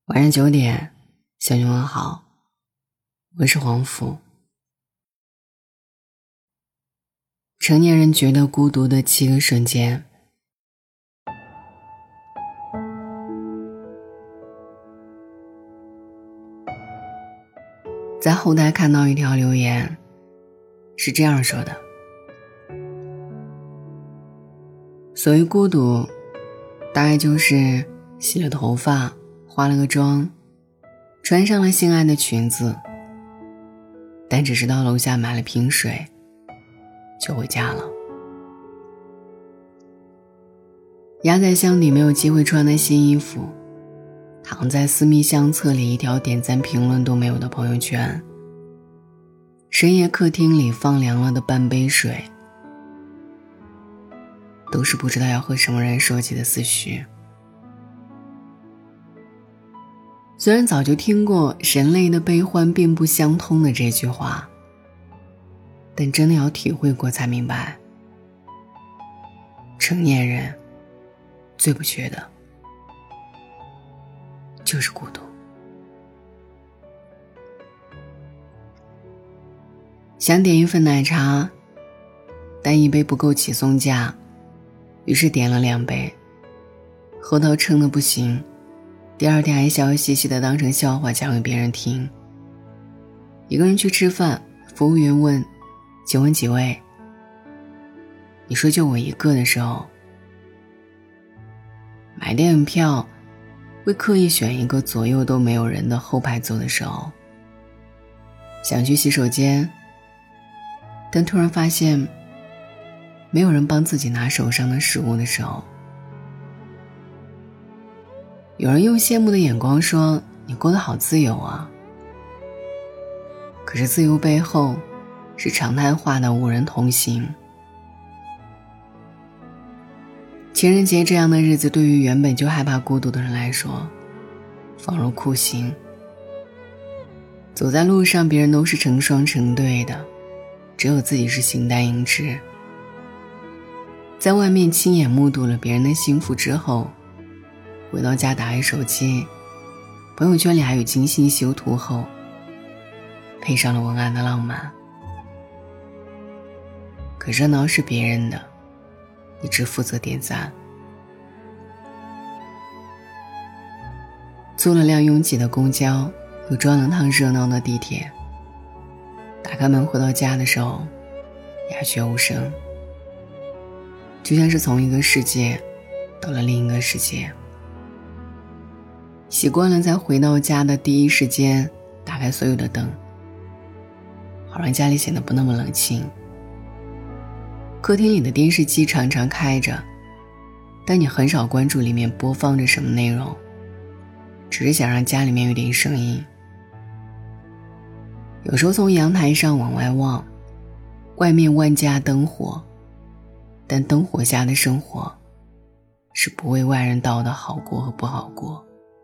晚上9点，向你问好，我是黄甫。成年人觉得孤独的7个瞬间。在后台看到一条留言，是这样说的：所谓孤独，大概就是洗了头发，化了个妆，穿上了心爱的裙子，但只是到楼下买了瓶水就回家了。压在箱底没有机会穿的新衣服，躺在私密相册里一条点赞评论都没有的朋友圈，深夜客厅里放凉了的半杯水，都是不知道要和什么人说起的思绪。虽然早就听过人类的悲欢并不相通的这句话，但真的要体会过才明白，成年人最不缺的就是孤独。想点一份奶茶，但一杯不够起送价，于是点了2杯，喝到撑得不行，第二天还笑嘻嘻地当成笑话讲给别人听。一个人去吃饭，服务员问：请问几位？你说就我一个的时候，买电影票会刻意选一个左右都没有人的后排座的时候，想去洗手间，但突然发现没有人帮自己拿手上的食物的时候，有人用羡慕的眼光说你过得好自由啊，可是自由背后是常态化的无人同行。情人节这样的日子对于原本就害怕孤独的人来说仿如酷刑。走在路上，别人都是成双成对的，只有自己是形单影只。在外面亲眼目睹了别人的幸福之后，回到家打开手机，朋友圈里还有精心修图后配上了文案的浪漫。可热闹是别人的，你只负责点赞。坐了辆拥挤的公交，又转了趟热闹的地铁，打开门回到家的时候鸦雀无声，就像是从一个世界到了另一个世界。习惯了在回到家的第一时间打开所有的灯，好让家里显得不那么冷清。客厅里的电视机常常开着，但你很少关注里面播放着什么内容，只是想让家里面有点声音。有时候从阳台上往外望，外面万家灯火，但灯火下的生活是不为外人道的好过和不好过。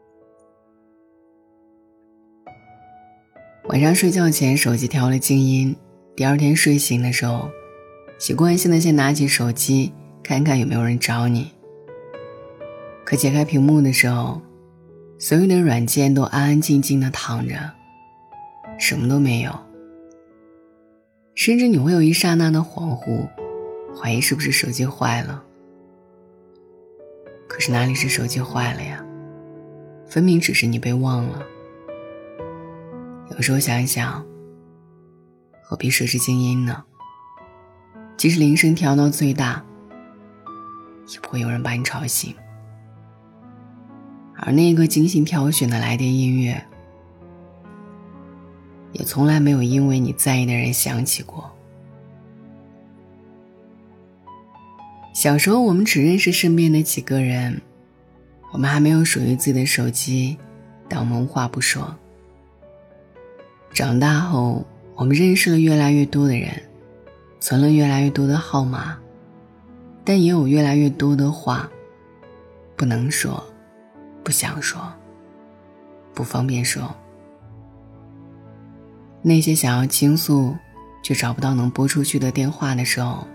晚上睡觉前手机调了静音，第二天睡醒的时候习惯性的先拿起手机看看有没有人找你。可解开屏幕的时候，所有的软件都安安静静的躺着，什么都没有。甚至你会有一刹那的恍惚，怀疑是不是手机坏了。可是哪里是手机坏了呀，分明只是你被忘了。有时候想一想，何必设置静音呢？即使铃声调到最大，也不会有人把你吵醒。而那个精心挑选的来电音乐，也从来没有因为你在意的人响起过。小时候我们只认识身边的几个人，我们还没有属于自己的手机，但我们无话不说。长大后，我们认识了越来越多的人，存了越来越多的号码，但也有越来越多的话不能说，不想说，不方便说。那些想要倾诉却找不到能拨出去的电话的时候，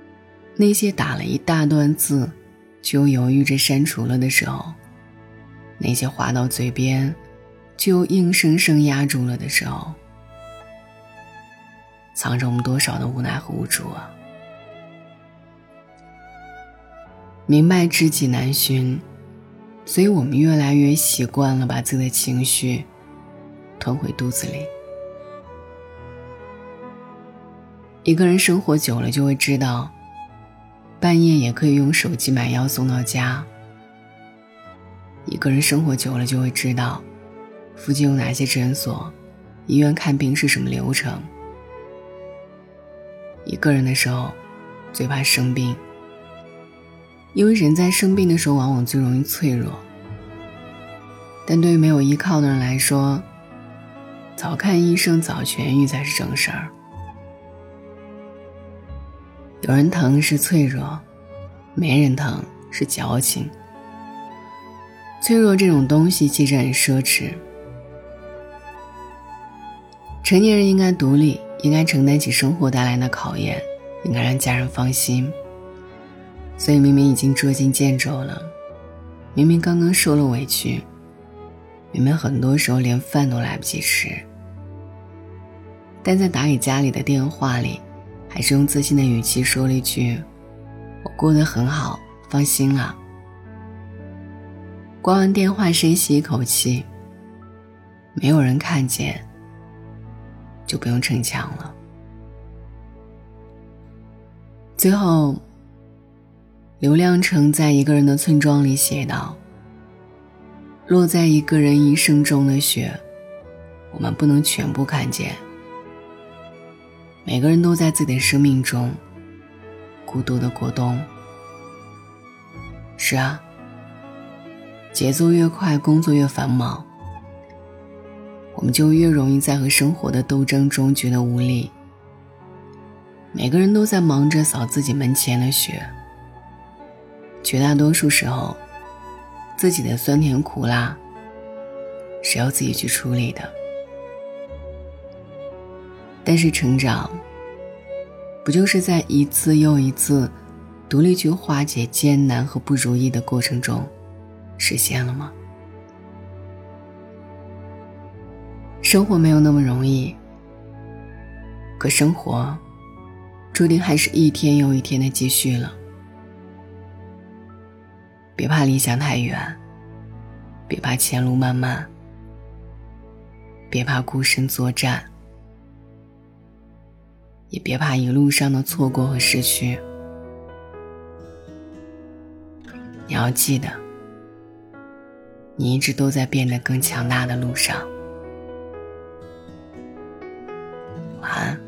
那些打了一大段字却又犹豫着删除了的时候， 那些话到嘴边却又硬生生压住了的时候，藏着我们多少的无奈和无助啊！明白知己难寻，所以我们越来越习惯了把自己的情绪吞回肚子里。一个人生活久了就会知道，半夜也可以用手机买药送到家。一个人生活久了就会知道，附近有哪些诊所，医院看病是什么流程。一个人的时候最怕生病，因为人在生病的时候往往最容易脆弱。但对于没有依靠的人来说，早看医生早痊愈才是正事儿。有人疼是脆弱，没人疼是矫情。脆弱这种东西其实很奢侈。成年人应该独立，应该承担起生活带来的考验，应该让家人放心。所以明明已经捉襟见肘了，明明刚刚受了委屈，明明很多时候连饭都来不及吃，但在打给家里的电话里，还是用自信的语气说了一句：我过得很好，放心啦。挂完电话深吸一口气，没有人看见，就不用逞强了。最后，刘亮程在一个人的村庄里写道：落在一个人一生中的雪，我们不能全部看见。每个人都在自己的生命中孤独的过冬。是啊，节奏越快，工作越繁忙，我们就越容易在和生活的斗争中觉得无力。每个人都在忙着扫自己门前的雪，绝大多数时候，自己的酸甜苦辣是要自己去处理的。但是成长，不就是在一次又一次独立去化解艰难和不如意的过程中实现了吗？生活没有那么容易，可生活注定还是一天又一天的继续了。别怕理想太远，别怕前路漫漫，别怕孤身作战，也别怕一路上的错过和失去。你要记得，你一直都在变得更强大的路上。晚安。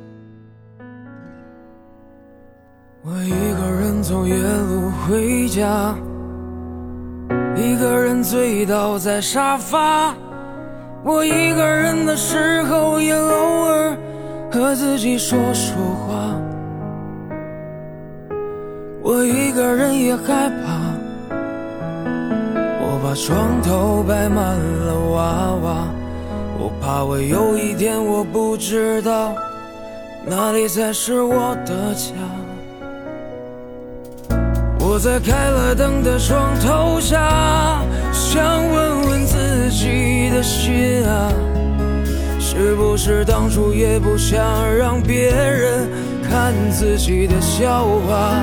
我一个人走夜路回家，一个人醉倒在沙发。我一个人的时候也偶尔和自己说说话。我一个人也害怕，我把床头摆满了娃娃，我怕我有一天我不知道哪里才是我的家。我在开了灯的床头下，想问问自己的心啊，是不是当初也不想让别人看自己的笑话。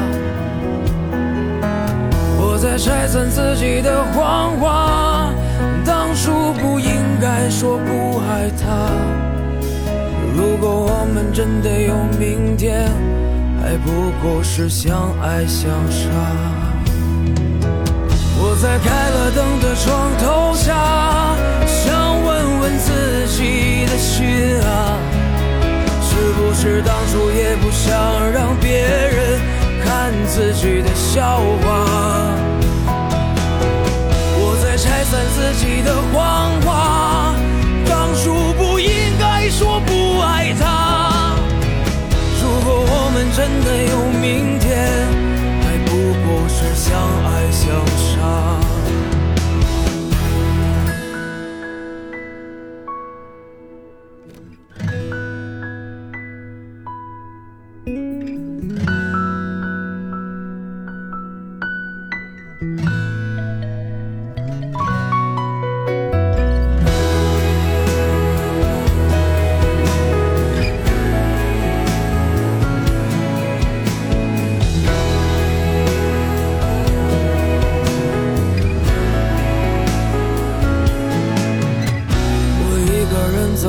我在拆散自己的谎话，当初不应该说不爱他。如果我们真的有明天，还不过是相爱相杀。我在开了灯的床头下，想问问自己的心啊，是不是当初也不想让别人看自己的笑话。我在拆散自己的谎话，当初不应该说不爱他。如果我们真的有明天，还不过是相爱相杀。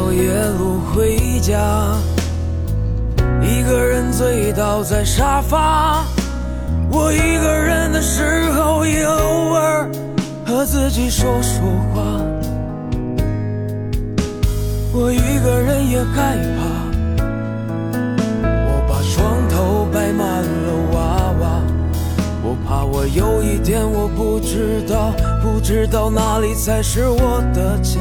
走夜路回家，一个人醉倒在沙发。我一个人的时候也偶尔和自己说说话。我一个人也害怕，我把床头摆满了娃娃，我怕我有一天我不知道哪里才是我的家。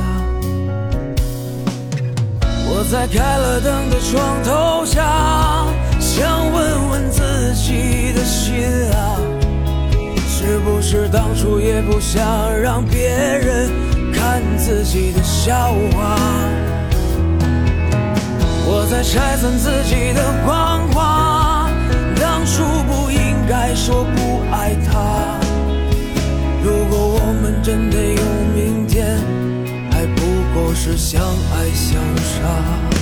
我在开了灯的床头下，想问问自己的心啊，是不是当初也不想让别人看自己的笑话。我在拆散自己的谎话，当初不应该说不爱他。如果我们真的有明天，还不过是相爱相杀。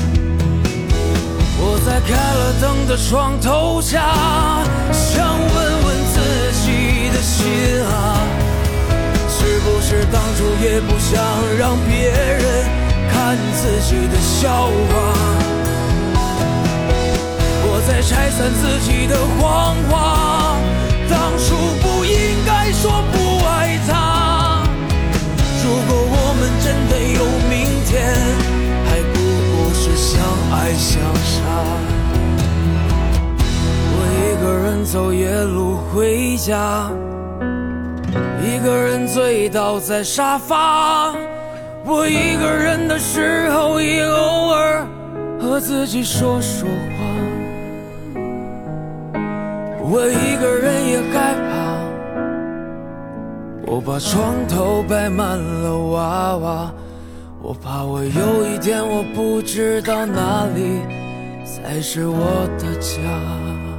我在开了灯的床头下，想问问自己的心啊，是不是当初也不想让别人看自己的笑话。我在拆散自己的谎话，当初不应该说不爱他。如果我们真的有明天，还不过是相爱相杀。我一个人走夜路回家，一个人醉倒在沙发。我一个人的时候也偶尔和自己说说话。我一个人也害怕，我把床头摆满了娃娃，我怕我有一天我不知道哪里才是我的家。